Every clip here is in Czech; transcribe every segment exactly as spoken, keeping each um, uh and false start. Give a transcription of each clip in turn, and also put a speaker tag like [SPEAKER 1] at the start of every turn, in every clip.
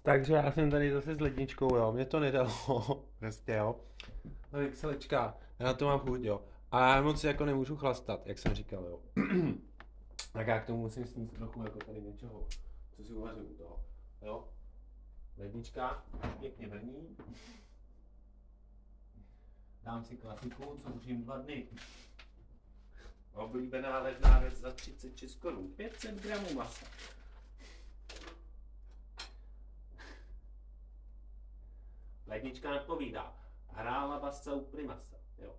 [SPEAKER 1] Takže já jsem tady zase s ledničkou, jo, mě to nedalo, prostě, jo. No, Excelečka, já na to mám chuť, jo. A já moc jako nemůžu chlastat, jak jsem říkal, jo. Tak já k tomu musím sníst trochu jako tady něčeho, co si uvařím u toho, jo. Lednička, pěkně vrní. Dám si klasiku, co už jim dva dny. Oblíbená ledná věc za třicet šest korun, pět set gramů masa. Lednička napovídá. Hrála basa u primasa, jo.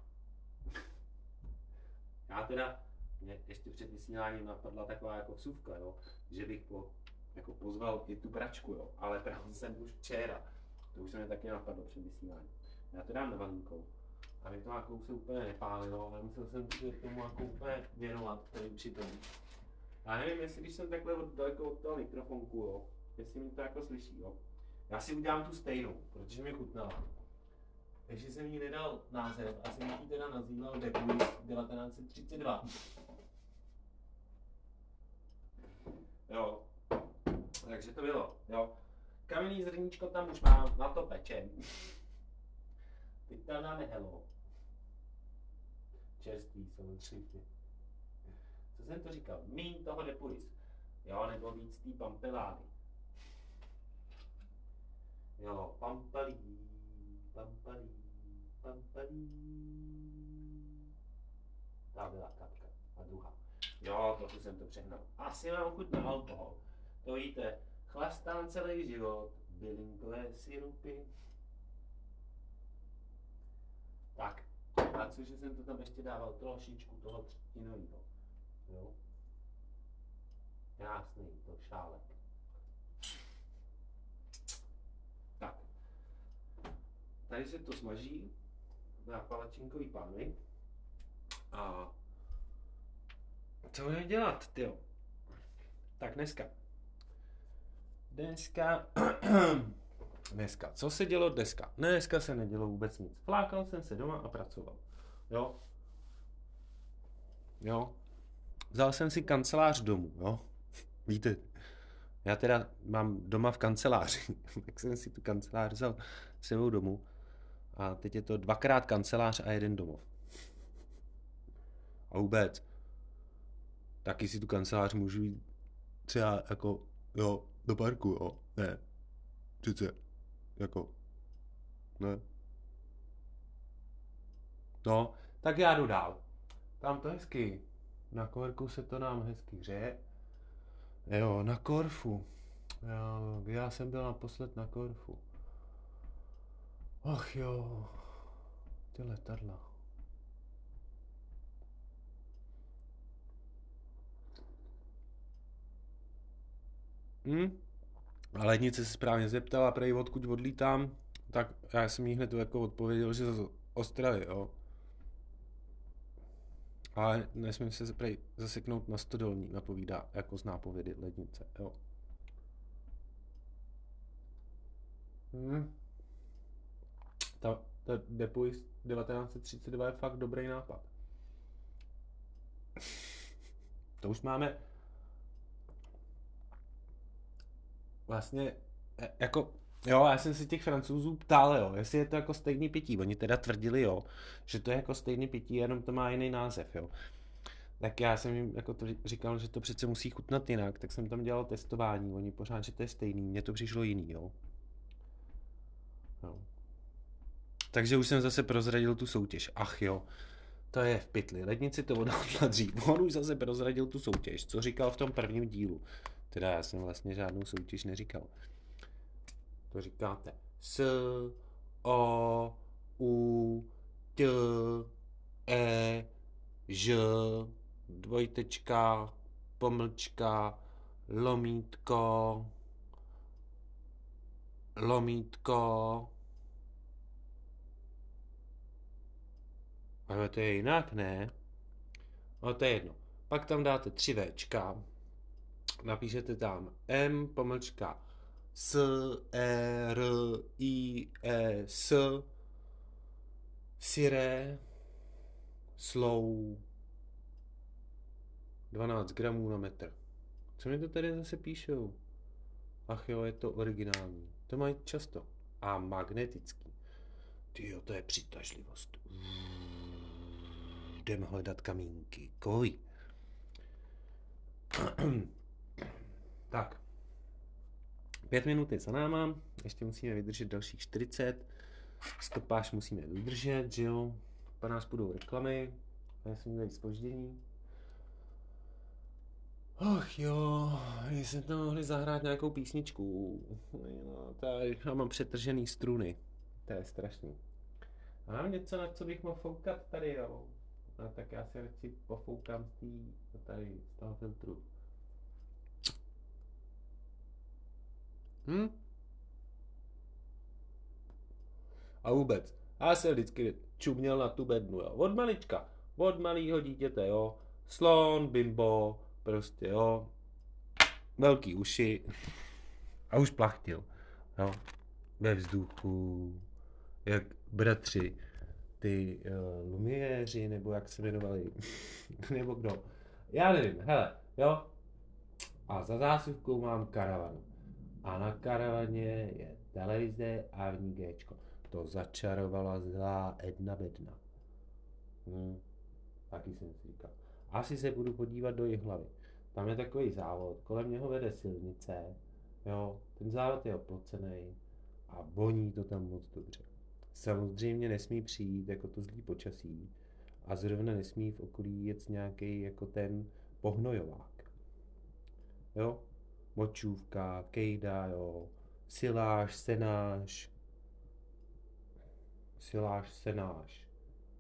[SPEAKER 1] Já teda, mě ještě před vysíláním napadla taková jako vsuvka, jo, že bych po, jako pozval i tu bračku, jo, ale právě jsem už včera. To už se mě taky napadlo před vysíláním. Já to dám na malinkou. A mě to jako se úplně nepálilo, ale musel jsem se tomu jako úplně věnovat tady při tom. Já nevím, jestli když jsem takhle od, daleko od toho mikrofonku, jo, jestli mi to jako slyší, jo. Já si udělám tu stejnou, protože mi chutnala. Takže jsem jí nedal název a jsem jí teda nazýval Depuis devatenáct set třicet dva. Jo, takže to bylo, jo. Kamenný zrníčko tam už mám, na to pečem. Teď tam dáme hello. Čerstvý samozřejmě. Co jsem to říkal? Míň toho Depuis. Jo, nebo víc tý pampelády. Jo, pampalí, pampalí, pampalí. Ta byla kapka. A druhá. Jo, trochu jsem to přehnal. Asi mám chuť na alkohol. To víte, chlastám celý život, bylinkové sirupy. Tak, a cože jsem to tam ještě dával trošičku toho třtinového. Jo. Krásný to šálek. Tak. Tady se to smaží na palačinkový pánvi. A co budeme dělat, tyjo? Tak dneska. Dneska. Dneska. Co se dělo dneska? Dneska se nedělo vůbec nic. Flákal jsem se doma a pracoval. Jo. Jo. Vzal jsem si kancelář domů, jo. Víte, já teda mám doma v kanceláři, tak jsem si tu kancelář vzal s sebou domů. A teď je to dvakrát kancelář a jeden domov. A vůbec, taky si tu kancelář můžu jít třeba jako, jo, do parku, jo, ne, přece, jako, ne. No, tak já jdu dál. Tam to hezky, na Korku se to nám hezky hřeje. Jo, na Korfu. Jo, já jsem byl naposled na Korfu. Ach jo, ty letadla. Hm? A lednice se správně zeptala, prej odkud odlítám, tak já jsem jí hned jako odpověděl, že z Ostravy, jo. Ale nesmím se prej zaseknout na Stodolní, napovídá, jako z nápovědy lednice, jo. Hm. Ta, ta Depuis devatenáct set třicet dva je fakt dobrý nápad. To už máme vlastně, jako, jo, já jsem si těch Francouzů ptal, jo, jestli je to jako stejný pití. Oni teda tvrdili, jo, že to je jako stejný pití, jenom to má jiný název, jo. Tak já jsem jim jako to říkal, že to přece musí chutnat jinak, tak jsem tam dělal testování, oni pořád, že to je stejný, mně to přišlo jiný, jo. jo. Takže už jsem zase prozradil tu soutěž, ach jo, to je v pytli, lednici to odhodla dřív, on už zase prozradil tu soutěž, co říkal v tom prvním dílu, teda já jsem vlastně žádnou soutěž neříkal. To říkáte S, O, U, T, E, Ž, dvojtečka, pomlčka, lomítko, lomítko. Ale to je jinak, ne? No to je jedno. Pak tam dáte tři Včka, napíšete tam M, pomlčka, S, E, R, I, E, S, syré, slou, dvanáct gramů na metr. Co mi to tady zase píšou?
[SPEAKER 2] Ach jo, je to originální. To mají často. A magnetický. Tyjo, to je přitažlivost. Jdem hledat kamínky. Kovy. Tak. Pět minut je za náma. Ještě musíme vydržet dalších čtyřicet. Stopáž musíme vydržet, že jo. Po nás budou reklamy. A já jsem měl zpoždění. Ach jo, jsme tam mohli zahrát nějakou písničku. No, tady já mám přetržený struny. To je strašný. A mám něco, na co bych mohl foukat tady, jo. No, tak já si radši pofoukám z tý, tady, z toho filtru. Hm? A vůbec, já jsem vždycky čuměl na tu bednu, jo. Od malička, od malýho dítěte, jo. Slon, bimbo, prostě, jo. Velký uši. A už plachtil, jo. Ve vzduchu, jak bratři, ty uh, Lumiéři, nebo jak se jmenovali, nebo kdo. Já nevím, hele, jo. A za zásuvkou mám karavanu. A na karavaně je televize a v ní Géčko. To začarovala zlá Edna Bedna. Hm. Taky jsem si říkal. Asi se budu podívat do Jihlavy. Tam je takový závod, kolem něho vede silnice. Jo, ten závod je oplocený a voní to tam moc dobře. Samozřejmě nesmí přijít jako to zlý počasí a zrovna nesmí v okolí jet nějaký jako ten pohnojovák. Jo, močůvka, kejda, jo, siláž, senáš, siláž, senáš.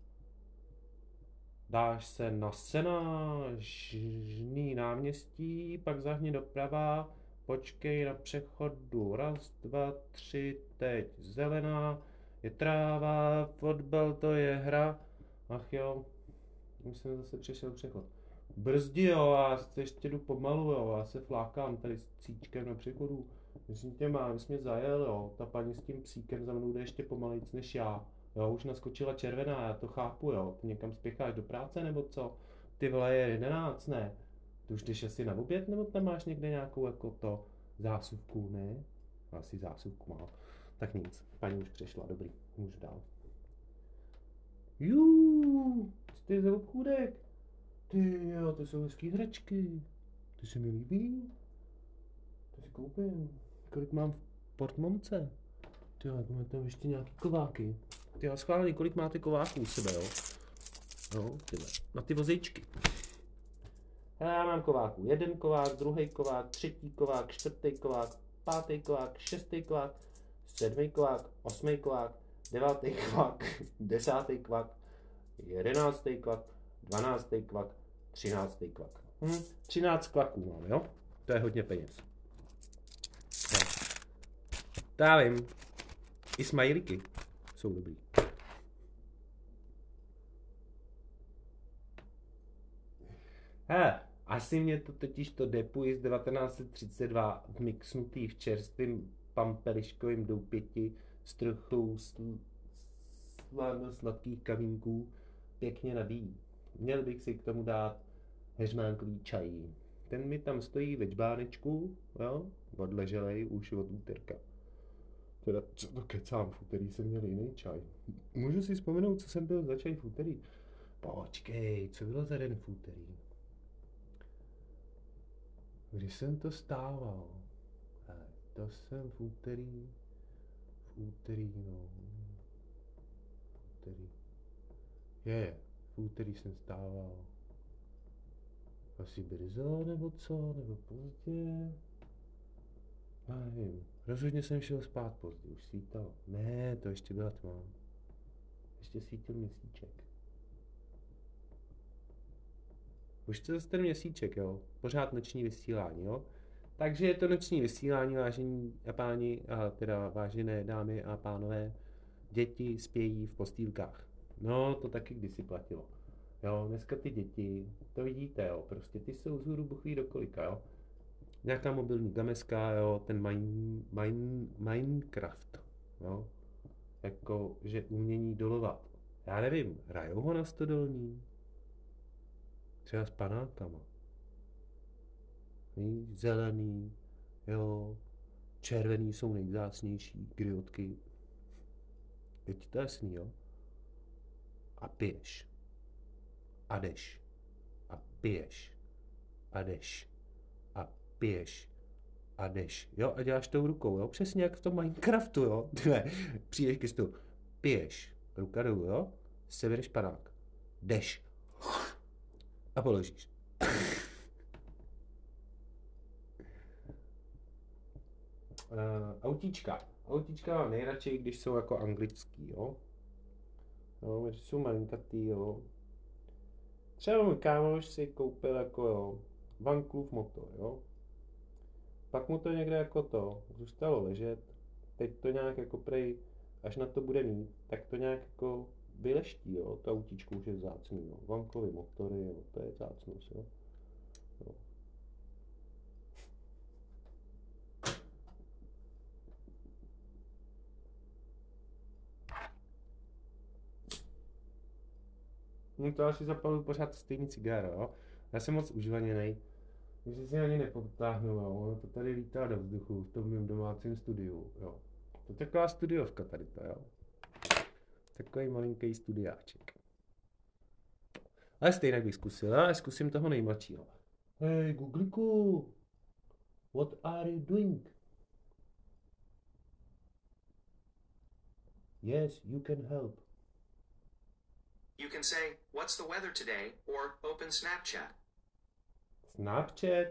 [SPEAKER 2] Dáš se na Senážný náměstí, pak zahni doprava, počkej na přechodu, raz, dva, tři, teď zelená, je tráva, fotbal to je hra, ach jo, už jsem zase přešel přechod. Brzdi jo, já ještě jdu pomalu jo, já se flákám tady s cíčkem na přechodu, myslím tě mám, jsi mě zajel jo, ta paní s tím psíkem za mnou jde ještě pomalejc než já. Jo, už naskočila červená, já to chápu, jo. Ty někam spěcháš do práce, nebo co? Ty vole, je jedenáct, ne? Ty už jdeš asi na oběd, nebo tam máš někde nějakou jako to zásuvku, ne? Asi zásuvku má. Tak nic, paní už přešla, dobrý, můžu dál. Juuu, ty za obchůdek. Ty jo, to jsou hezký hračky. Ty se mi líbí. To si koupím. Kolik mám v portmonce? Ty jo, máme tam ještě nějaký kováky. Ty jo, schválně, kolik máte kováků u sebe, jo? No, tyhle, na ty vozejčky. Hele, já mám kováků. Jeden kovák, druhý kovák, třetí kovák, čtvrtý kovák, pátý kovák, šestý kovák, sedmý kovák, osmý kovák, devátý kovák, desátý kovák, jedenáctý kovák, dvanáctý kovák, třináctý kovák. Hm, třináct kvaků mám, jo? To je hodně peněz. No. To já vím. I smajlíky jsou dobrý. Hele, asi mě to totiž to Depuy z devatenáct set třicet dva mixnutý v čerstvým pampeliškovým doupěti s trochou sl- sladkých kamínků pěkně nabíjí. Měl bych si k tomu dát heřmánkový čaj. Ten mi tam stojí ve čbánečku, jo, odleželej už od úterka. Teda, co to kecám, v úterý jsem měl jiný čaj. Můžu si vzpomenout, co jsem byl za čaj v úterý? Počkej, co bylo za den v úterý? Když jsem to stával? Hele, to jsem v úterý, v úterý, no, v úterý. Je, v úterý jsem stával. Asi brzo, nebo co, nebo pozdě? Já nevím. Rozhodně jsem šel spát pozdě, už svítalo. Ne, to ještě byla tma. Ještě svítil měsíček. Už to zase ten měsíček, jo. Pořád noční vysílání, jo. Takže je to noční vysílání, vážení a páni, a teda vážené dámy a pánové. Děti spějí v postýlkách. No, to taky kdysi platilo. Jo, dneska ty děti, to vidíte, jo, prostě ty jsou zhůru buchlí do kolika, jo. Nějaká mobilní gameska, jo, ten mine, mine, Minecraft, jo. Jako, že umění dolovat. Já nevím, hrajou ho na stodolní? Třeba s panákama. Víš, zelený, jo, červený jsou nejvzácnější, griotky. Je ti to jasný, jo? A piješ. A jdeš. A piješ. A jdeš. A piješ. A jdeš. Jo? A děláš tou rukou, jo? Přesně jak v tom Minecraftu, jo? Ne, přijdeš ke stolu. Piješ. Ruka dolů, jo? Sebereš panák. Jdeš. A položíš. Uh, autíčka. Autíčka mám nejradši, když jsou jako anglický, jo. Jo, když jsou malinkatý, jo. Třeba můj kámoš si koupil jako, jo, Vankův motor, jo. Pak mu to někde jako to zůstalo ležet. Teď to nějak jako prej, až na to bude mít, tak to nějak jako vyleští, jo. To autíčko už je vzácný, jo. Vankový motory, jo, to je vzácnost, jo. jo. No to asi zapaluju pořád stejný cigáro, jo. Já jsem moc užvaněnej, takže si ani nepotáhnu, jo. Ono to tady lítá do vzduchu v tom mém domácím studiu, jo. To je taková studiovka tady to, jo. Takový malinký studiáček. Ale stejně bych zkusil, ale zkusím toho nejmladšího. Hej, Googliku, what are you doing? Yes, you can help.
[SPEAKER 3] You can say, what's the weather today, or open Snapchat.
[SPEAKER 2] Snapchat?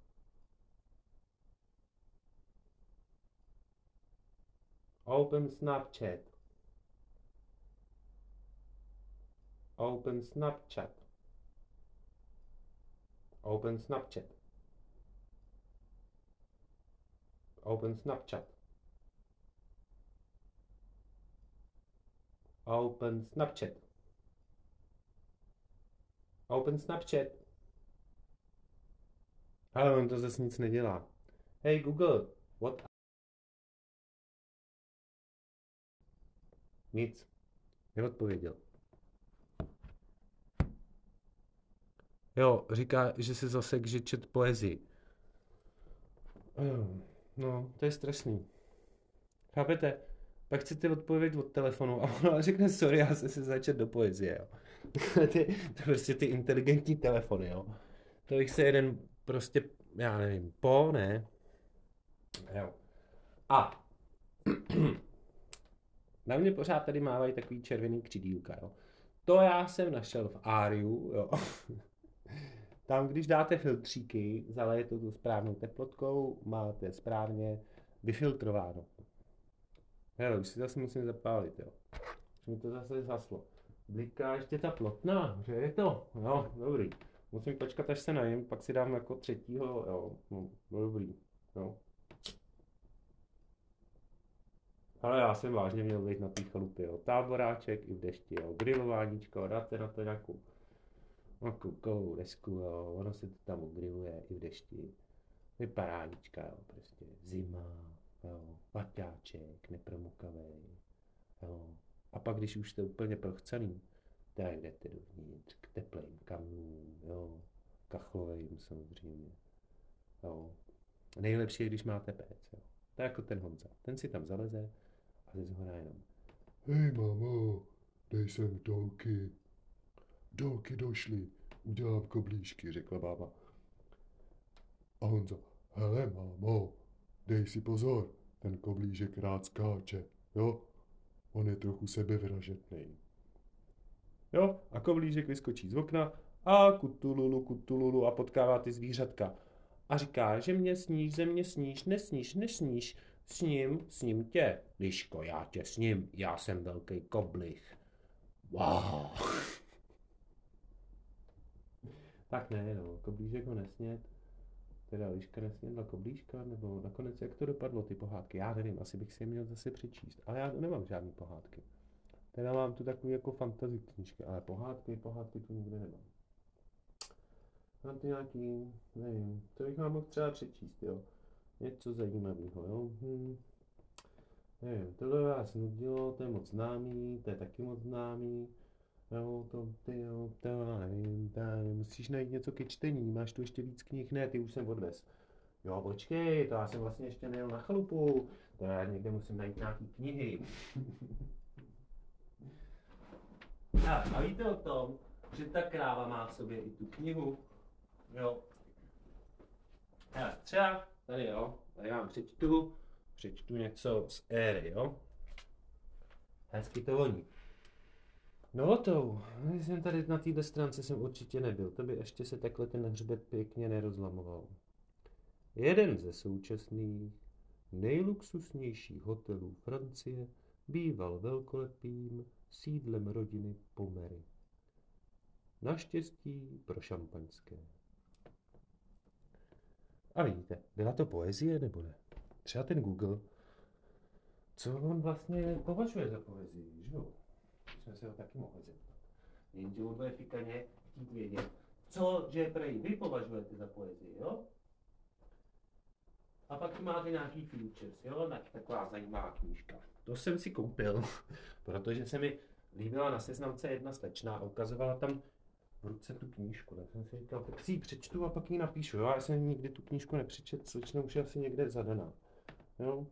[SPEAKER 2] Open Snapchat. Open Snapchat. Open Snapchat. Open Snapchat. Open Snapchat. Open Snapchat. Ale on to zase nic nedělá. Hey Google, what? Nic. Neodpověděl. Jo, říká, že se zase že čet poezii. No, to je strašný. Chápete? Pak chcete odpovědět od telefonu a ona řekne sorry, já jsem se začet do poezie, jo. ty, to prostě ty inteligentní telefony, jo. To bych se jeden prostě, já nevím, po, ne? Jo. A na mě pořád tady mávají takový červený křidílka, jo. To já jsem našel v Ariu, jo. Tam, když dáte filtříky, zalejete to tu správnou teplotkou, máte správně vyfiltrováno. Hele, už si zase musím zapálit, jo. Už mi to zase zaslo. Bliká ještě ta plotna, že je to? Jo, dobrý. Musím počkat, až se najím, pak si dám jako třetího, jo. No, dobrý, jo. Ale já jsem vážně měl být na té chalupě, jo. Táboráček i v dešti, jo. Grilováníčko, dáte na to nějakou nějakou kovou desku, jo. Ono se to tam ogriluje i v dešti. Vyparáníčka, jo, prostě zima, jo. Vaťáček, nepromokavej, jo. A pak, když už jste úplně prochcený, tak jdete dovnitř k teplým kamnům, jo. Kachlovým samozřejmě, jo. Nejlepší je, když máte péc, jo. To je jako ten Honza. Ten si tam zaleze a ze zhora jenom.
[SPEAKER 4] Hej mámo, dej sem dolky. Dolky došly, udělám koblížky, řekla máma. A Honza, hele mámo, dej si pozor, ten koblížek rád skáče, jo? On je trochu sebevražednej.
[SPEAKER 2] Jo, a koblížek vyskočí z okna a kutululu, kutululu a potkává ty zvířatka. A říká, že mě sníš, ze mě sníš, nesníš, nesníš, s ním, s ním tě. Liško, já tě s ním, já jsem velký koblich. Wow. Tak ne, no, koblížek ho nesnět. Teda Liška nesnědla koblížka, nebo nakonec jak to dopadlo, ty pohádky, já nevím, asi bych si je měl zase přečíst, ale já nemám žádný pohádky. Teda mám tu takový jako fantasy knížky, ale pohádky, pohádky tu nikde nemám. Mám ty nějaký, nevím, to bych vám mohl třeba přečíst, jo. Něco zajímavého, jo. Hm. Nevím, tohle vás nudilo, to je moc známý, to je taky moc známý. Jo, to, ty jo, to já nevím, to já nevím, musíš najít něco ke čtení, máš tu ještě víc knih, ne, ty už jsem odvez. Jo, počkej, to já jsem vlastně ještě nejel na chalupu, to já někde musím najít nějaký knihy. A, a víte o tom, že ta kráva má v sobě i tu knihu? Jo. Hele, třeba tady jo, tady vám přečtu, přečtu něco z éry, jo. Hezky to voní. No to, jsem tady na této stránce jsem určitě nebyl, to by ještě se takhle ten hřbet pěkně nerozlamoval. Jeden ze současných nejluxusnějších hotelů Francie býval velkolepým sídlem rodiny Pomery. Naštěstí pro šampaňské. A vidíte, byla to poezie nebo ne? Třeba ten Google, co on vlastně považuje za poezii, že jo? Jsme se ho taky mohli zeptat. Jenže on bude fikaně chtít vědět, co, že prej vy považujete za poezii, jo? A pak tu máte nějaký features, jo? Taková zajímavá knížka. To jsem si koupil, protože se mi líbila na seznamce jedna slečna a ukazovala tam v ruce tu knížku. Tak jsem si říkal, tak si ji přečtu a pak ji napíšu, jo? Já jsem nikdy tu knížku nepřečet, slečna už je asi někde zadaná, jo?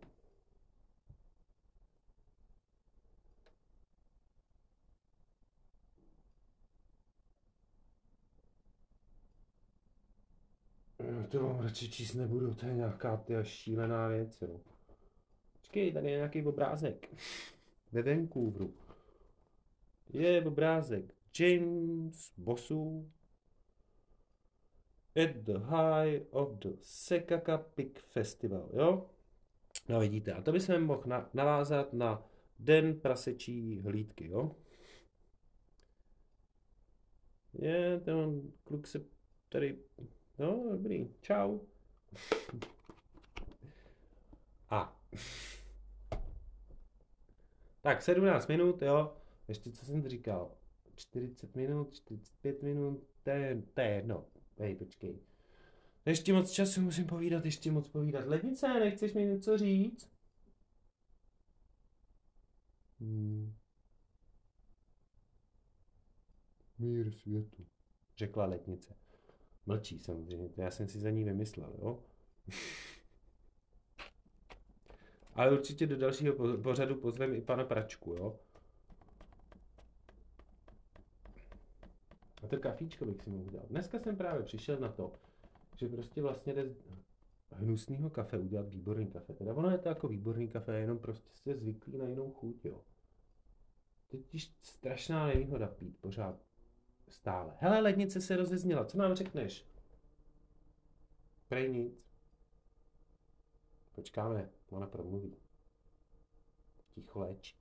[SPEAKER 2] To vám radši číst nebudu, to je nějaká ty šílená věc, jo. Počkej, tady je nějaký obrázek. Ve Vancouveru. Je obrázek James Bossu at the high of the Sekaka Pig Festival, jo? No vidíte, a to bychom mohl na, navázat na Den prasečí hlídky, jo? Je, ten kluk se tady... No, dobrý, čau. A. Tak, sedmnáct minut, jo. Ještě co jsem říkal? čtyřicet minut, čtyřicet pět minut, to je, to je jedno. Hej, počkej. Ještě moc času musím povídat, ještě moc povídat. Lednice, nechceš mi něco říct?
[SPEAKER 4] Hmm. Mír světu,
[SPEAKER 2] Řekla lednice. Mlčí samozřejmě, to já jsem si za ní vymyslel, jo. Ale určitě do dalšího pořadu pozvem i pana Pračku, jo. A to kafíčko bych si mohl udělat. Dneska jsem právě přišel na to, že prostě vlastně jde z hnusného kafe udělat výborný kafe. Teda ono je to jako výborný kafe, jenom prostě jste zvyklí na jinou chuť, jo. Totiž strašná nevýhoda pít pořád stále. Hele, lednice se rozezněla, co nám řekneš? Prej nic. Počkáme, ona promluví. Ticho léčí.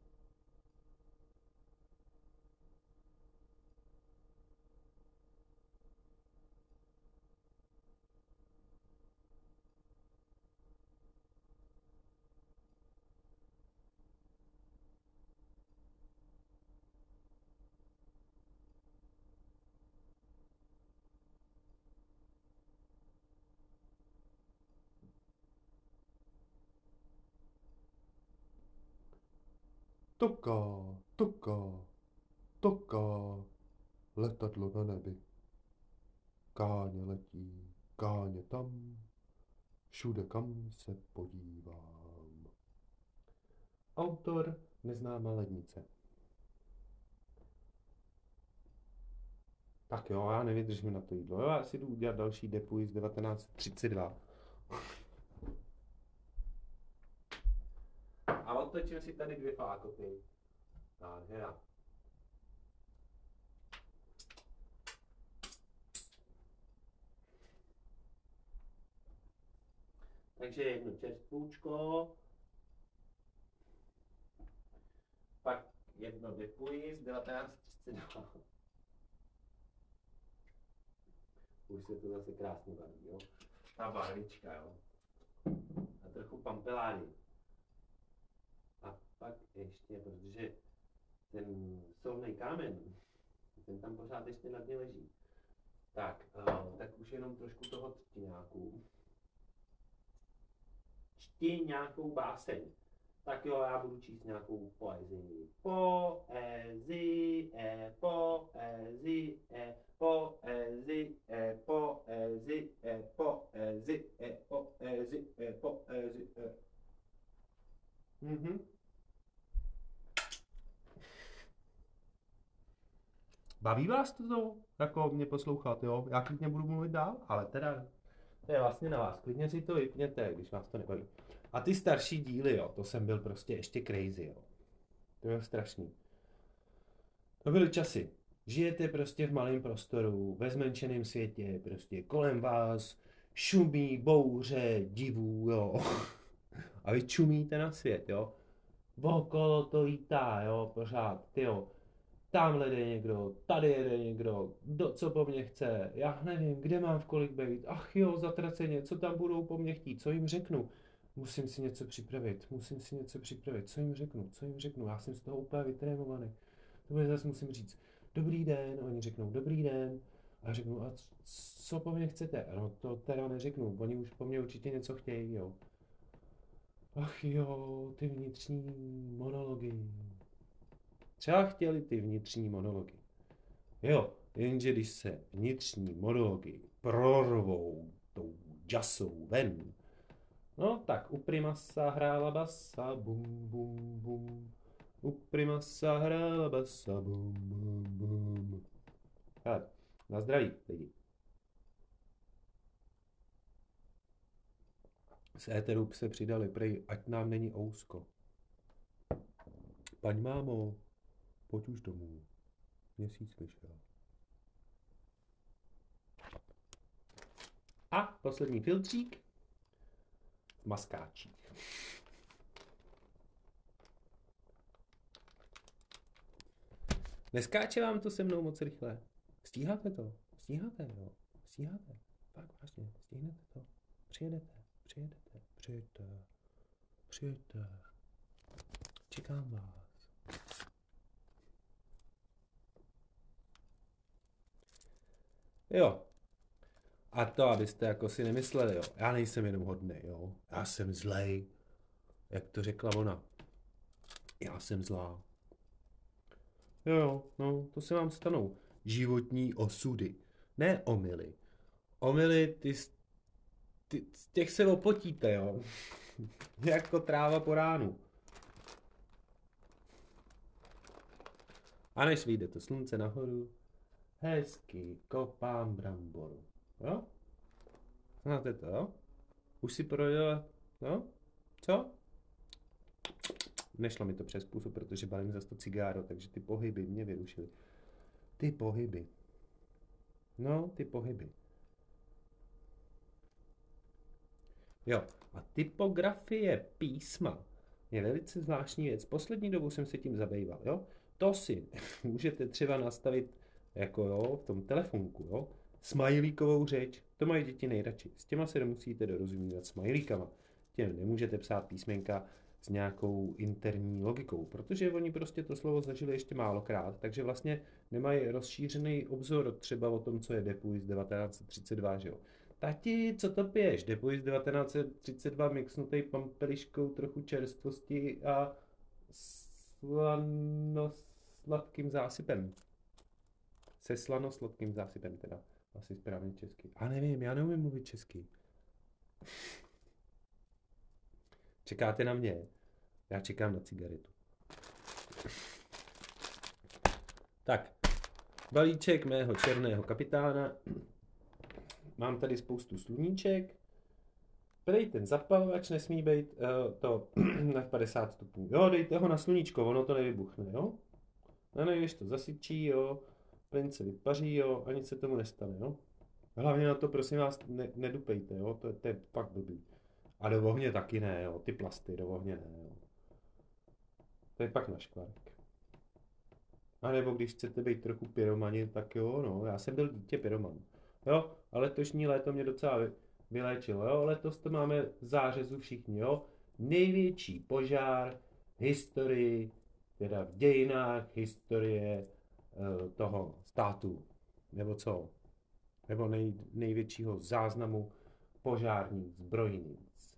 [SPEAKER 4] toká, toká, toká, letadlo na nebi. Káně letí, káně tam, všude kam se podívám.
[SPEAKER 2] Autor Neznámá lednice. Tak jo, já nevydržím na to jídlo. Jo, já si jdu udělat další depuj z devatenáct třicet dva. A otočím si tady dvě flákoty. Nádhera. Takže jedno čerstvůčko, pak jedno depuj z devatenáct třicet dva. Už se to zase krásně baví, jo. Ta barvička, jo. A trochu pampelády. A pak ještě, protože ten solný kámen, ten tam pořád ještě na dně leží. Tak, uh, tak už jenom trošku toho třtiňáku. Čti nějakou báseň. Tak jo, já budu číst nějakou poezii. Poezie, poezie, poezie, poezie, poezie, poezie, poezie. Mhm. Baví vás to, jako mě poslouchat, jo? Já klidně budu mluvit dál, ale teda to je vlastně na vás. Klidně si to vypněte, když vás to nebaví. A ty starší díly, jo, to jsem byl prostě ještě crazy, jo. To bylo strašný. To byly časy. Žijete prostě v malém prostoru, ve zmenšeném světě, prostě kolem vás šumí, bouře, divů, jo. A vy čumíte na svět, jo. Okolo to lítá, jo, pořád, tyjo. Tamhle jde někdo, tady jede někdo, kdo co po mně chce, já nevím, kde mám v kolik být, ach jo, zatraceně, co tam budou po mně chtít, co jim řeknu, musím si něco připravit, musím si něco připravit, co jim řeknu, co jim řeknu, já jsem z toho úplně vytrémovaný, to bude zase musím říct, dobrý den, oni řeknou dobrý den, a já řeknu, a co po mně chcete, no to teda neřeknu, oni už po mně určitě něco chtějí, jo. Ach jo, ty vnitřní monology. Třeba chtěli ty vnitřní monology. Jo, jenže když se vnitřní monology prorvou tou jasou ven, no tak u Primasa hrála basa, bum bum bum. U Primasa hrála basa, bum bum bum. Tak, na zdraví, lidi. Z éteru se přidali prej, ať nám není ousko. Paň mámo, pojď už domů. Měsíc vyšel. A poslední filtřík. V maskáčích. Neskáče vám to se mnou moc rychle. Stíháte to? Stíháte, jo? Stíháte? Fakt vážně, stihnete to? Přijedete, přijedete, přijedete, přijedete. Čekám vás. Jo. A to, abyste jako si nemysleli, jo. Já nejsem jenom hodnej, jo. Já jsem zlej. Jak to řekla ona. Já jsem zlá. Jo, jo, no, to se vám stanou. Životní osudy. Ne omyly. Omyly, ty, ty z těch se opotíte, jo. Jako tráva po ránu. A než vyjde to slunce nahoru, hezky kopám bramboru. Jo? Znáte to, jo? Už si projela, jo? Co? Nešlo mi to přes pusu, protože balím zase to cigáro, takže ty pohyby mě vyrušily. Ty pohyby. No, ty pohyby. Jo, a typografie písma je velice zvláštní věc. Poslední dobou jsem se tím zabýval, jo? To si můžete třeba nastavit jako jo, v tom telefonku, jo? Smajlíkovou řeč, to mají děti nejradši. S těma se nemusíte dorozumívat smajlíkama. Těm nemůžete psát písmenka s nějakou interní logikou, protože oni prostě to slovo zažili ještě málokrát, takže vlastně nemají rozšířený obzor třeba o tom, co je Depuy z devatenáct set třicet dva, že jo. Tati, co to piješ? Depuy z devatenáct set třicet dva mixnutej pampeliškou trochu čerstvosti a slanosladkým zásypem. Se slanosladkým zásypem teda. Asi správně česky. A nevím, já neumím mluvit česky. Čekáte na mě? Já čekám na cigaretu. Tak, balíček mého černého kapitána. Mám tady spoustu sluníček. Prej ten zapalovač nesmí být uh, to na padesát stupňů. Jo, dejte ho na sluníčko, ono to nevybuchne, jo? No než to zasyčí, jo. Plyn se vypaří, jo, a nic se tomu nestane, jo. Hlavně na to, prosím vás, ne, nedupejte, jo, to, to je fakt blbý. A do ohně taky ne, jo, ty plasty do ohně ne, jo. To je pak na škvark. A nebo když chcete být trochu pyromani, tak jo, no, já jsem byl dítě pyroman. Jo, ale letošní léto mě docela vy, vyléčilo, jo, letos to máme v zářezu všichni, jo. Největší požár v historii, teda v dějinách historie toho státu, nebo co, nebo nej, největšího záznamu požárních zbrojnic,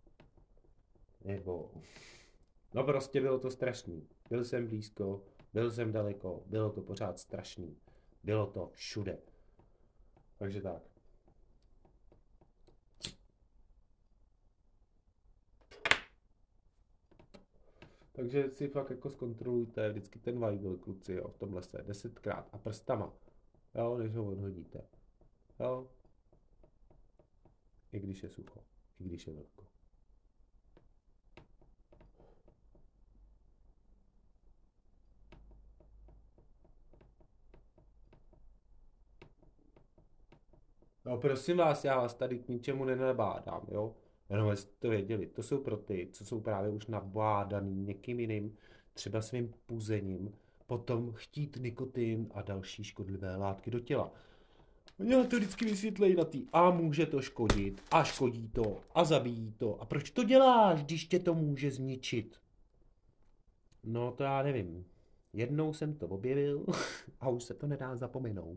[SPEAKER 2] nebo, no prostě bylo to strašný, byl jsem blízko, byl jsem daleko, bylo to pořád strašný, bylo to všude, Takže tak. Takže si fakt jako zkontrolujte vždycky ten Weigl, kluci, jo, v tomhle se desetkrát a prstama, jo, než ho odhodíte, jo, i když je sucho, i když je vlhko. No prosím vás, já vás tady k ničemu nenabádám, jo, jenom abyste to věděli, to jsou pro ty, co jsou právě už nabádaný někým jiným, třeba svým puzením, potom chtít nikotin a další škodlivé látky do těla. Oni to vždycky vysvětlejí na tý, a může to škodit, a škodí to, a zabíjí to, a proč to děláš, když tě to může zničit? No to já nevím, jednou jsem to objevil a už se to nedá zapomenout.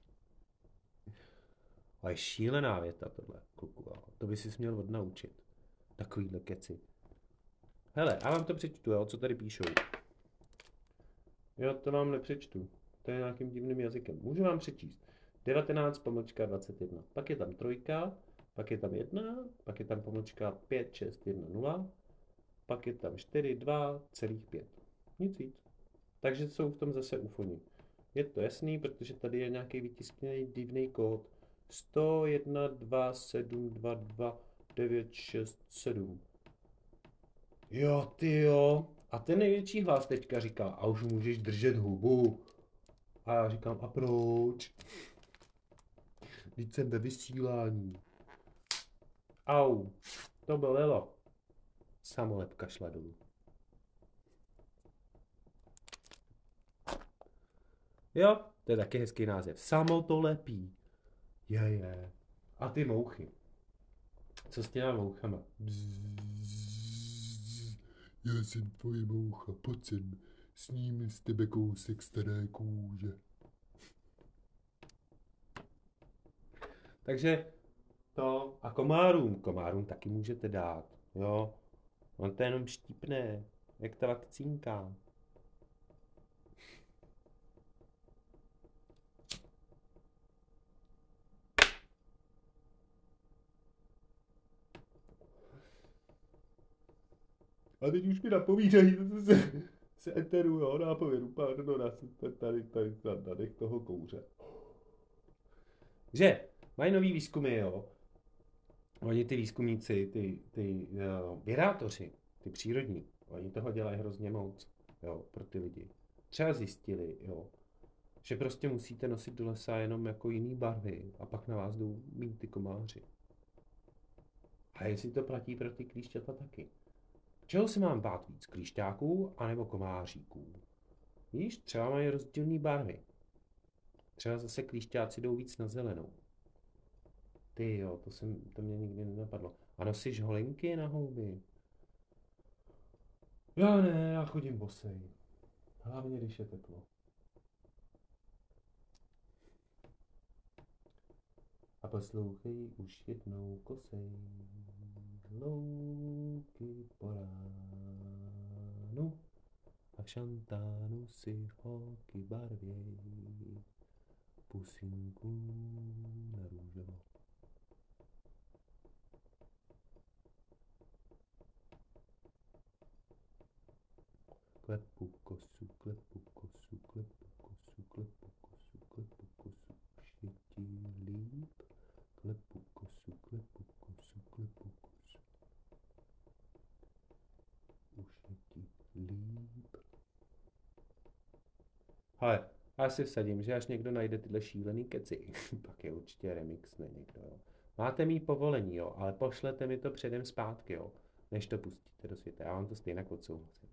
[SPEAKER 2] A je šílená věta tohle, kluku, jo. To by si měl odnaučit. Takovýhle keci. Hele, já vám to přečtu, jo, co tady píšou. Jo, to vám nepřečtu. To je nějakým divným jazykem. Můžu vám přečíst. devatenáct pomlčka dvacet jedna. Pak je tam trojka, pak je tam jedna, pak je tam pomlčka pět šest jedna nula, pak je tam čtyři dva celých pět. Nic víc. Takže jsou v tom zase ufoni. Je to jasný, protože tady je nějaký vytiskněný divný kód. sto jedna dva sedm dva dva devět šest sedm. Jo, ty jo. A ten největší hlas teďka říká, a už můžeš držet hubu. A já říkám, a proč? Vždyť jsem ve vysílání. Au, to bolelo. Samolepka šla dolů. Jo, to je taky hezký název. Samo to lepí. Je, je. A ty mouchy. Co s těma mouchama?
[SPEAKER 4] Bzzz. Já jsem tvoje moucha, pojď sem. Sním z tebe kousek staré kůže.
[SPEAKER 2] Takže to a komárům, komárům taky můžete dát, jo. On to jenom štípne, jak ta vakcínka. A teď už mi napovídají se, se eteru, jo, nápovědu, pardon, já jsem tady, tady, tady na nadech toho kouře. Že mají nový výzkumy, jo. Oni ty výzkumníci, ty, ty uh, vědátoři, ty přírodní, oni toho dělají hrozně moc, jo, pro ty lidi. Třeba zjistili, jo, že prostě musíte nosit do lesa jenom jako jiný barvy a pak na vás jdou mít ty komáři. A jestli to platí pro ty klíšťata taky. Čeho si mám bát víc, klíšťáků anebo komáříků? Víš, třeba mají rozdílné barvy. Třeba zase klíšťáci jdou víc na zelenou. Ty jo, to, jsem, to mě nikdy nenapadlo. A nosíš holinky na houby? Já ne, já chodím bosej. Hlavně, když je teplo. A poslouchej už jednou kosej. Louky po ránu a v šantánu si holky barvěj pusinku na růžovo. Klepu kosu, klepu kosu, klepu kosu, klepu kosu, klepu kosu, už je ti líp. Klepu kosu, klepu kosu, klepu kosu. Už je ti líp. Hele, já si vsadím, že až někdo najde tyhle šílený keci, pak je určitě remixne někdo, jo. Máte mít povolení, jo, ale pošlete mi to předem zpátky, jo, než to pustíte do světa. Já vám to stejně odsouhlasím.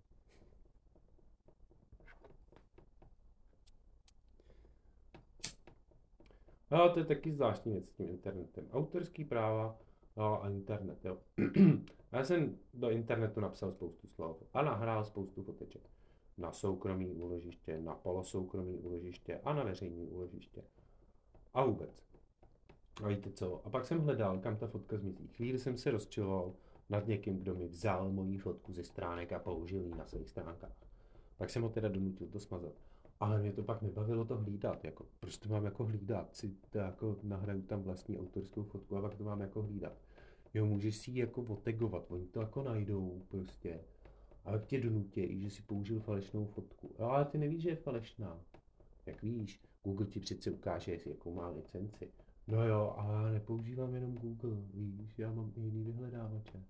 [SPEAKER 2] No, to je taky zvláštní věc s tím internetem. Autorský práva, no, a internet, jo. Já jsem do internetu napsal spoustu slov a nahrál spoustu foteček. Na soukromý úložiště, na polosoukromý úložiště a na veřejný úložiště. A vůbec. A víte co? A pak jsem hledal, kam ta fotka zmizí. Chvíli jsem se rozčiloval nad někým, kdo mi vzal moji fotku ze stránek a použil ji na svých stránkách. Pak jsem ho teda donutil to smazat. Ale mě to pak nebavilo to hlídat, jako, proč to mám jako hlídat, si to jako nahraju tam vlastní autorskou fotku a pak to mám jako hlídat. Jo, můžeš si ji jako otegovat, oni to jako najdou prostě, ale tě donutějí, že si použil falešnou fotku. Jo, ale ty nevíš, že je falešná. Jak víš, Google ti přece ukáže, jestli jakou má licenci. No jo, ale já nepoužívám jenom Google, víš, já mám i jiný vyhledávače.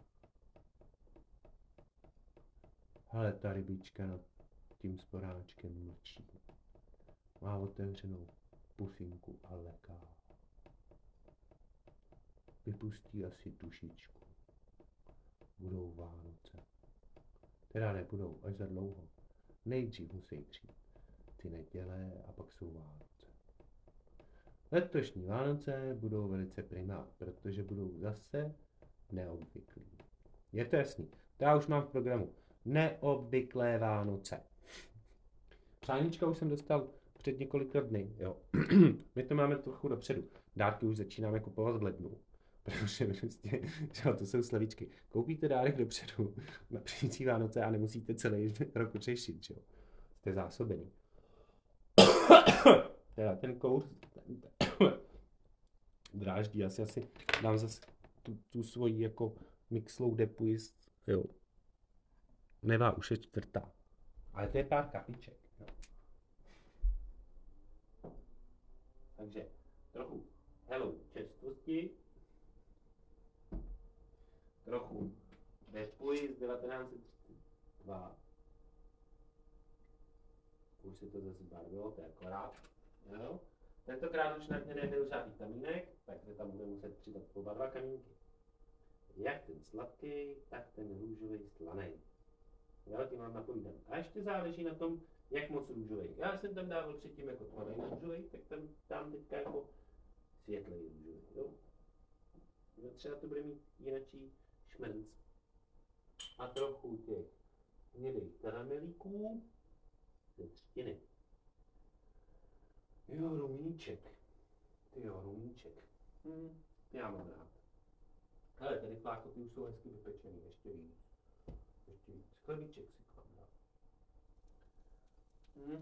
[SPEAKER 2] Hele, ta rybička nad tím sporáčkem mlčí. Má otevřenou pusinku a leká. Vypustí asi dušičku. Budou Vánoce. Teda nebudou, až za dlouho. Nejdřív musí přijít ty neděle a pak jsou Vánoce. Letošní Vánoce budou velice primá, protože budou zase neobvyklí. Je to jasný. To já už mám v programu. Neobvyklé Vánoce. Přáníčka už jsem dostal před několika dny, jo. My to máme trochu dopředu. Dárky už začínáme kupovat v lednu. Protože prostě, že to jsou slavíčky. Koupíte dárek dopředu na příští Vánoce a nemusíte celý rok řešit, že jo. Jste zásobený. Teda ten kouř dráždí, asi asi dám zase tu, tu svoji jako mixlou depuist, jo. Nevá, už je čtvrtá. Ale to je pár kapiček, jo. Takže trochu hello čerstvosti, trochu depuist devatenáct set třicet dva. Už se to zase barvilo, to je akorát. Jo. Tentokrát už na mě nebyl žádný kamínek, takže tam bude muset přidat oba dva kamínky. Jak ten sladký, tak ten růžový slaný. Jo, tím vám napovídám. A ještě záleží na tom, jak moc růžový. Já jsem tam dával předtím jako tmavý růžový, tak tam dám teďka jako světlej růžový. Jo. No, třeba to bude mít jinačí šmrnc. A trochu těch hnědých karamelíků ze třtiny. Jo, rumíček. Ty jo, rumíček. Hm, já mám rád. Ale tady flákoty už jsou hezky vypečený, ještě víc. Ještě víc. Chlebíček si k vám dám. Hm.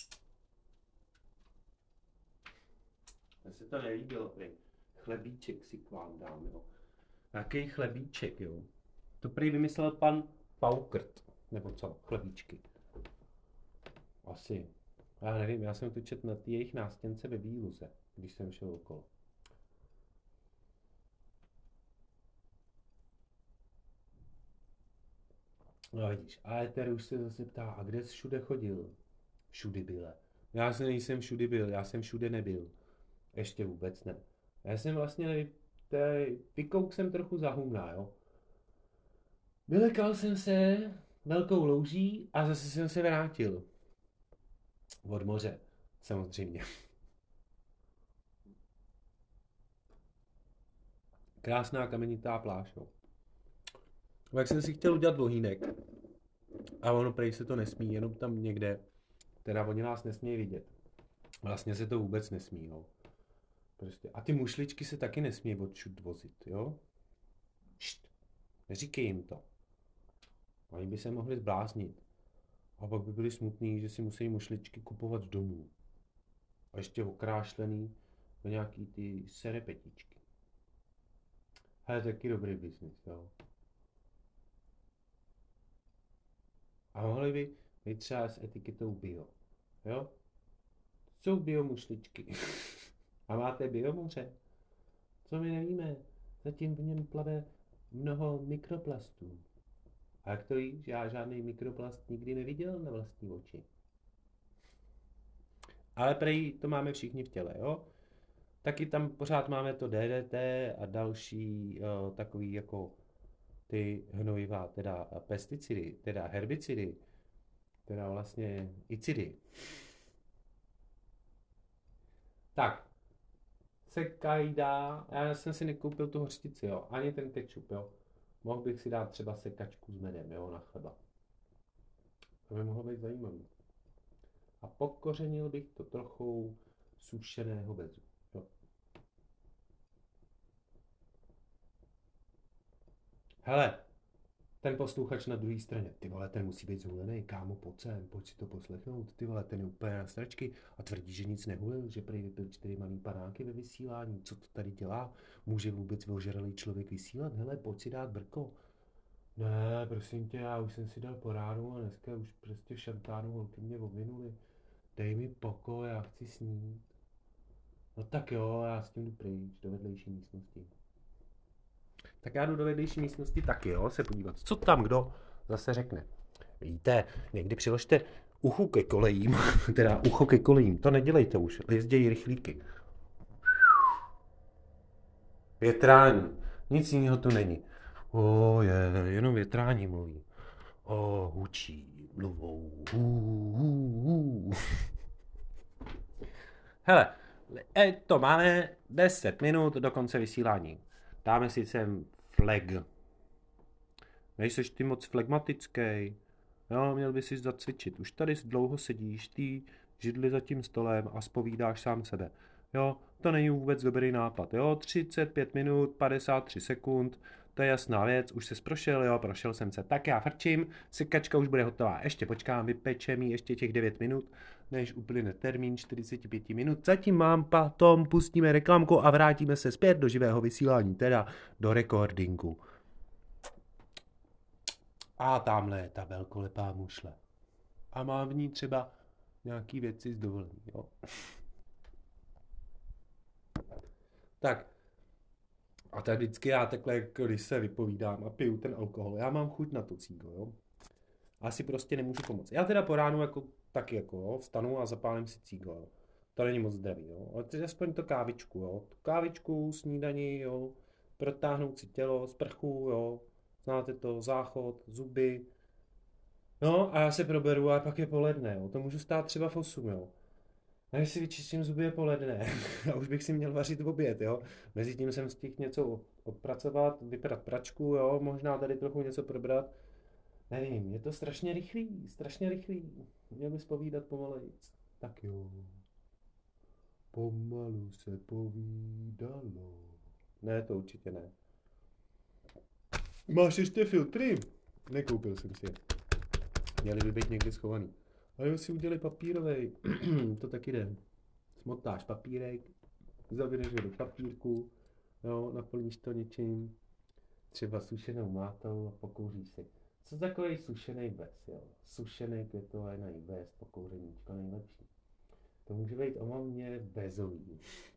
[SPEAKER 2] Mně se to nelíbilo, prý. Chlebíček si k vám dám, jo. Jaký chlebíček, jo. To prý vymyslel pan Paukrt. Nebo co, chlebíčky. Asi. Já nevím, já jsem to četl na té jejich nástěnce ve Výluze, když jsem šel okolo. No vidíš, a Ether už se zase ptá, a kde jsi všude chodil? Všudy byle. Já se nejsem všudy byl, já jsem všude nebyl. Ještě vůbec ne. Já jsem vlastně, nevy... vykouk jsem trochu za humna, jo. Vylekal jsem se velkou louží a zase jsem se vrátil. Od moře, samozřejmě. Krásná kamenitá pláž, no. Tak jsem si chtěl udělat vohýnek. A ono prej se to nesmí, jenom tam někde. Teda oni nás nesmějí vidět. Vlastně se to vůbec nesmí, jo. Prostě. A ty mušličky se taky nesmí odšud vozit, jo. Št. Neříkej jim to. Oni by se mohli zbláznit. A pak by byli smutný, že si musí mušličky kupovat domů. A ještě okrášlený do nějaký ty serepetičky. Ale taky dobrý biznis, jo. A mohli by být třeba s etiketou bio, jo. Jsou bio mušličky. A máte bio moře? Co my nevíme? Zatím v něm plave mnoho mikroplastů. A jak to víš, já žádný mikroplast nikdy neviděl na vlastní oči. Ale prej to máme všichni v těle, jo? Taky tam pořád máme to D D T a další jo, takový jako ty hnojiva, teda pesticidy, teda herbicidy, teda vlastně icidy. Tak, sekajda, já jsem si nekoupil tu hořčici, jo, ani ten kečup, jo. Mohl bych si dát třeba sekačku s medem, jo, na chleba. To by mohlo být zajímavý. A pokořenil bych to trochu sušeného bezu, jo. Hele, ten posluchač na druhé straně, ty vole, ten musí být zhulený, kámo, pojď sem, pojď si to poslechnout, ty vole, ten je úplně na stračky a tvrdí, že nic nehulil, že prý vypil čtyři malý panáky ve vysílání, co to tady dělá, může vůbec ožralý člověk vysílat, hele, pojď si dát brko. Ne, prosím tě, já už jsem si dal po ránu a dneska už prostě v šantánu holky mě ovinuli, dej mi pokoj, já chci snít. No tak jo, já s tím jdu pryč, do vedlejší místnosti. Tak já jdu do vedlejší místnosti taky, jo, se podívat, co tam kdo zase řekne. Víte, někdy přiložte uchu ke kolejím, teda ucho ke kolejím, to nedělejte už, jezdějí rychlíky. Větrání, nic jiného tu není. O, je, jenom větrání mluví. O, hučí, mluvou. Hu, hu, hu. Hele, e, to máme deset minut do konce vysílání. Dáme si sem flag. Nejseš ty moc flegmatický. Jo, měl by si zacvičit. Už tady dlouho sedíš, ty židli za tím stolem a zpovídáš sám sebe. Jo, to není vůbec dobrý nápad. Jo, třicet pět minut, padesát tři sekund, to je jasná věc, už se prošel, jo, prošel jsem se. Tak já frčím, sykačka už bude hotová. Ještě počkám, vypečem jí ještě těch devět minut, než uplyne termín čtyřicet pět minut. Zatím mám, potom pustíme reklamku a vrátíme se zpět do živého vysílání, teda do recordingu. A tamhle je ta velkolepá mušle. A mám v ní třeba nějaký věci z dovolení, jo. Tak. A tak vždycky já takhle, jako když se vypovídám a piju ten alkohol, já mám chuť na to cígo, jo. A si prostě nemůžu pomoct. Já teda po ránu jako taky jako, jo, vstanu a zapálím si cígo, jo. To není moc zdravý, jo. Ale teď aspoň to kávičku, jo. Tu kávičku, snídaní, jo. Protáhnout si tělo, sprchu, jo. Znáte to, záchod, zuby. No a já se proberu a pak je poledne, jo. To můžu stát třeba v osm, jo. A když si vyčistím zuby je poledne a už bych si měl vařit v oběd, jo. Mezitím jsem stihl něco odpracovat, vyprat pračku, jo, možná tady trochu něco probrat. Nevím, je to strašně rychlý, strašně rychlý. Měl bys povídat pomalejc. Tak jo. Pomalu se povídalo. Ne, to určitě ne. Máš ještě filtry? Nekoupil jsem si je. Měli by být někde schovaný. Ale si udělej papírovej, to taky jde. Smotáš papírek, zavineš ho do papírku, jo, naplníš to něčím, třeba sušenou mátou a pokouříš si. Co takový sušený bez, jo? Sušený květovený bez, pokouřeníčko nejlepší. To může být omamně bezový.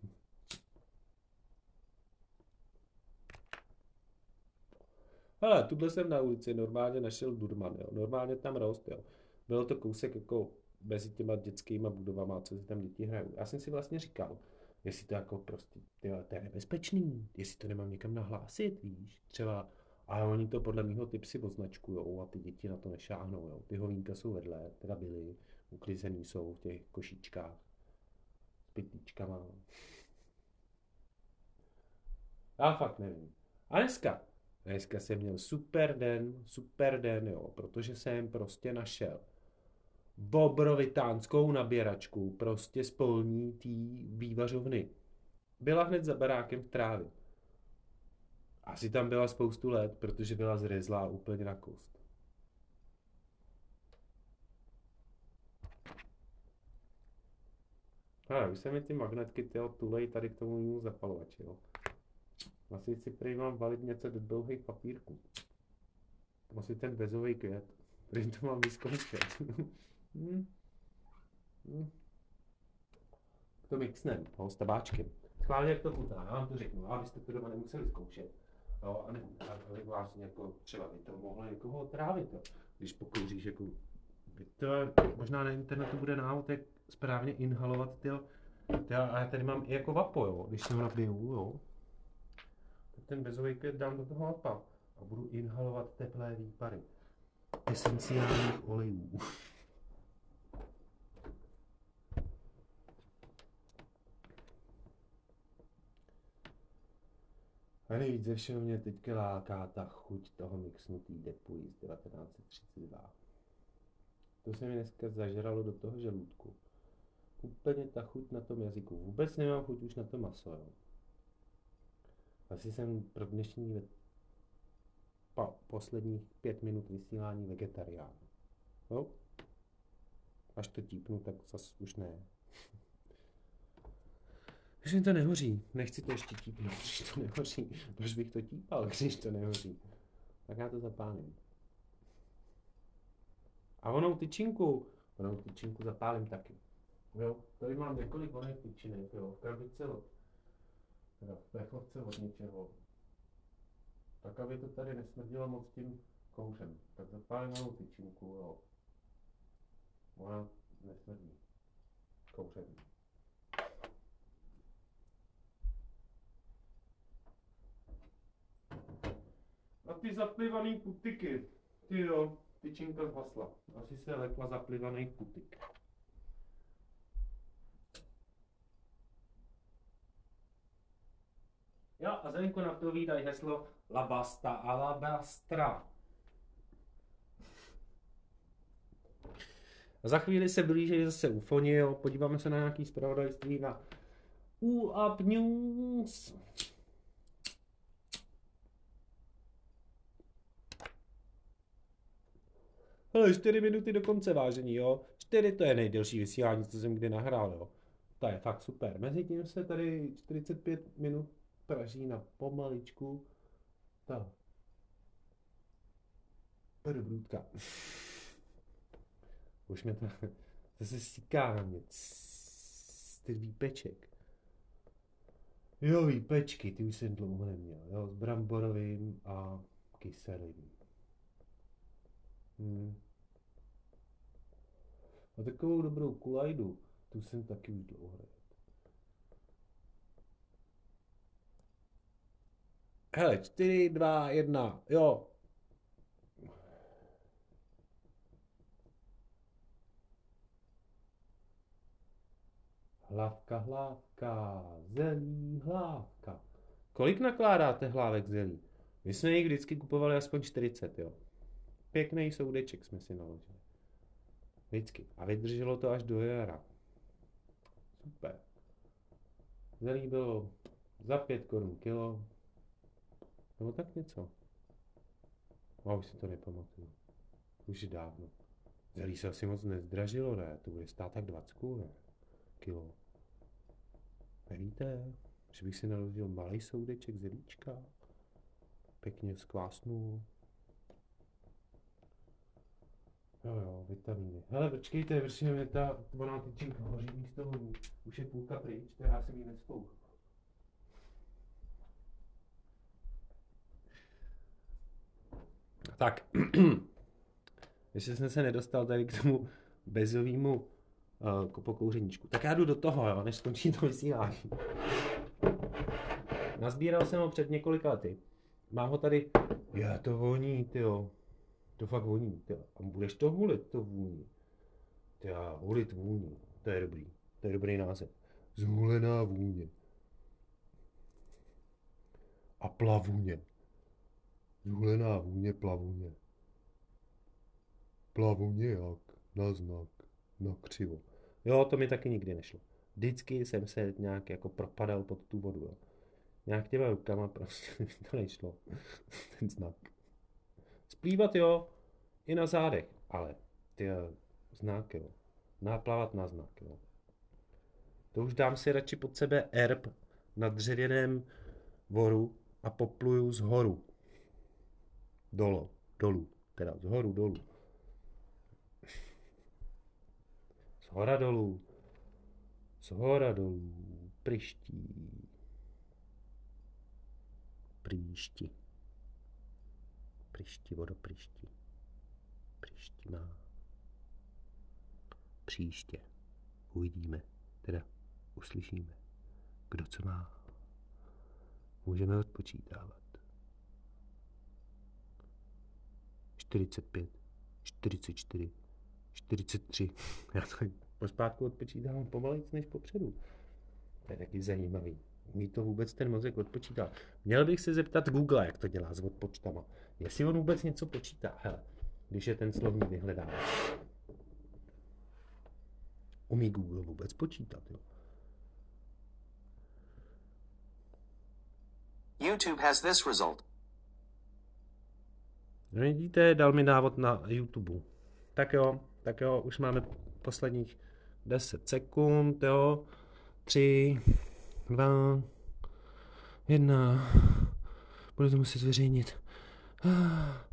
[SPEAKER 2] Hele, tuhle jsem na ulici normálně našel Durman, jo, normálně tam rost, jo. Bylo to kousek jako mezi těma dětskýma budovama, co si tam děti hrajou. Já jsem si vlastně říkal, jestli to jako prostě, tyhle, to je nebezpečný, jestli to nemám někam nahlásit, víš, třeba, ale oni to podle mýho tipsy označkujou a ty děti na to nešáhnou, jo. Ty hovínka jsou vedle, teda byly, uklizený jsou v těch košíčkách, s pytlíčkama. Já fakt nevím. A dneska, dneska jsem měl super den, super den, jo, protože jsem prostě našel obrovitánskou nabíračku, prostě z polní tý vývařovny. Byla hned za barákem v trávě. Asi tam byla spoustu let, protože byla zrezlá úplně na kost. A už se mi ty magnetky tyjo, tulej tady k tomu mému zapalovači, jo. Asi si prý mám valit něco do dlouhých papírků. Asi ten bezový květ, který to mám vyzkoušet. hmm. hmm. To mixnem, ho, s tabáčkem. Schválně jak to chutná, já vám to řeknu, abyste to doma nemuseli zkoušet. Jo, a ne, aby vás jako třeba by to mohlo někoho otrávit, jo. Když pokouříš jako, to možná na internetu bude návod, jak správně inhalovat, tyjo. A já tady mám i jako vapo, jo, když se ho nabiju, jo. Tak ten bezový květ dám do toho vapa a budu inhalovat teplé výpary esenciálních olejů. A nejvíc ze všeho mě teďka láká ta chuť toho mixnutý Depuy z devatenáct set třicet dva. To se mi dneska zažralo do toho žaludku. Úplně ta chuť na tom jazyku. Vůbec nemám chuť už na to maso, jo. Asi jsem pro dnešní po posledních pět minut vysílání vegetarián. Jo? Až to típnu, tak zas už ne. Když mi to nehoří, nechci to ještě típnout, když to nehoří. Proč bych to típal, když to nehoří? Tak já to zapálím. A onou tyčinku, onou tyčinku zapálím taky. Jo, tady mám několik oných tyčinek, jo, v krabice od, teda v plechovce od něčeho. Tak, aby to tady nesmrdilo moc tím kouřem. Tak zapálím onou tyčinku, jo. Ona nesmrdí kouřem. A ty zaplivaný putiky, ty jo, tyčinka zhasla. Asi se lekla zaplivaný putik. Jo, a Zelenko napovídají heslo La Basta Alabastra. A za chvíli se blíží zase ufoni, jo, podíváme se na nějaký zpravodajství na U A P News. Hele, čtyři minuty do konce, vážení, jo. čtyři to je nejdelší vysílání, co jsem kdy nahrál, jo. To je fakt super. Mezitím se tady čtyřicet pět minut praží na pomaličku ta perbrůdka. Už mě to zase stýká na mě. Ty výpeček. Jo, výpečky, ty už jsem dlouho neměl, jo, s bramborovým a kyselým. Hmm. A takovou dobrou kulajdu, tu jsem taky už dlouho nejedl. Hele, čtyři, dva, jedna, jo. Hlavka, hlavka, zelí, hlávka. Kolik nakládáte hlávek zelí? My jsme jich vždycky kupovali aspoň čtyřicet, jo. Pěkný soudeček jsme si naložili. Vždycky. A vydrželo to až do jara. Super. Zelí bylo za pět korun kilo. Nebo tak něco. A už si to nepamatuju. Už je dávno. Zelí se asi moc nezdražilo, ne? To bude stát tak dvacet, ne? Kilo. Nevíte, že bych si naložil malý soudeček zelíčka? Pěkně skvásnul. Jo jo, vitamíny. Hele, počkejte, protože mě ta ona tyčinka hoří místo voní. Už je půlka pryč, to já jsem jí nespouhl. Tak, ještě jsem se nedostal tady k tomu bezovému uh, pokouřeníčku. Tak já jdu do toho, jo, než skončí to vysílání. Nazbíral jsem ho před několika lety. Mám ho tady, je to voní, tyjo. To fakt voní, tyjo. A budeš to hulit, to vůní. Tyjo, hulit vůní, to je dobrý, to je dobrý název. Zhulená vůně. A plavuně. Zhulená vůně, plavuně. Plavuně jak? Na znak, na křivo. Jo, to mi taky nikdy nešlo. Vždycky jsem se nějak jako propadal pod tu vodu, jo. Nějak těma rukama prostě to nešlo. Ten znak. Splývat jo, i na zádech, ale ty znak jo. Náplavat na znak jo. To už dám si radši pod sebe erb na dřevěném voru a popluju z horu. Dolo, dolů, teda z horu dolů. Z hora dolů, z hora dolů, priští. Příšti. Příšti, vodo příšti. Příšti má. Příště. Uvidíme, teda uslyšíme, kdo co má. Můžeme odpočítávat. čtyřicet pět, čtyřicet čtyři, čtyřicet tři. Já to pospátku odpočítám pomalejc než popředu. To je taky zajímavý. Umí to vůbec ten mozek odpočítat. Měl bych se zeptat Google, jak to dělá s odpočtama. Jestli on vůbec něco počítá, hele, když je ten slovník vyhledává. Umí Google vůbec počítat, jo?
[SPEAKER 3] YouTube has this result.
[SPEAKER 2] Vidíte, dal mi návod na YouTube. Tak jo, tak jo, už máme posledních deset sekund, jo. tři, dva, jedna. Budu to muset zveřejnit.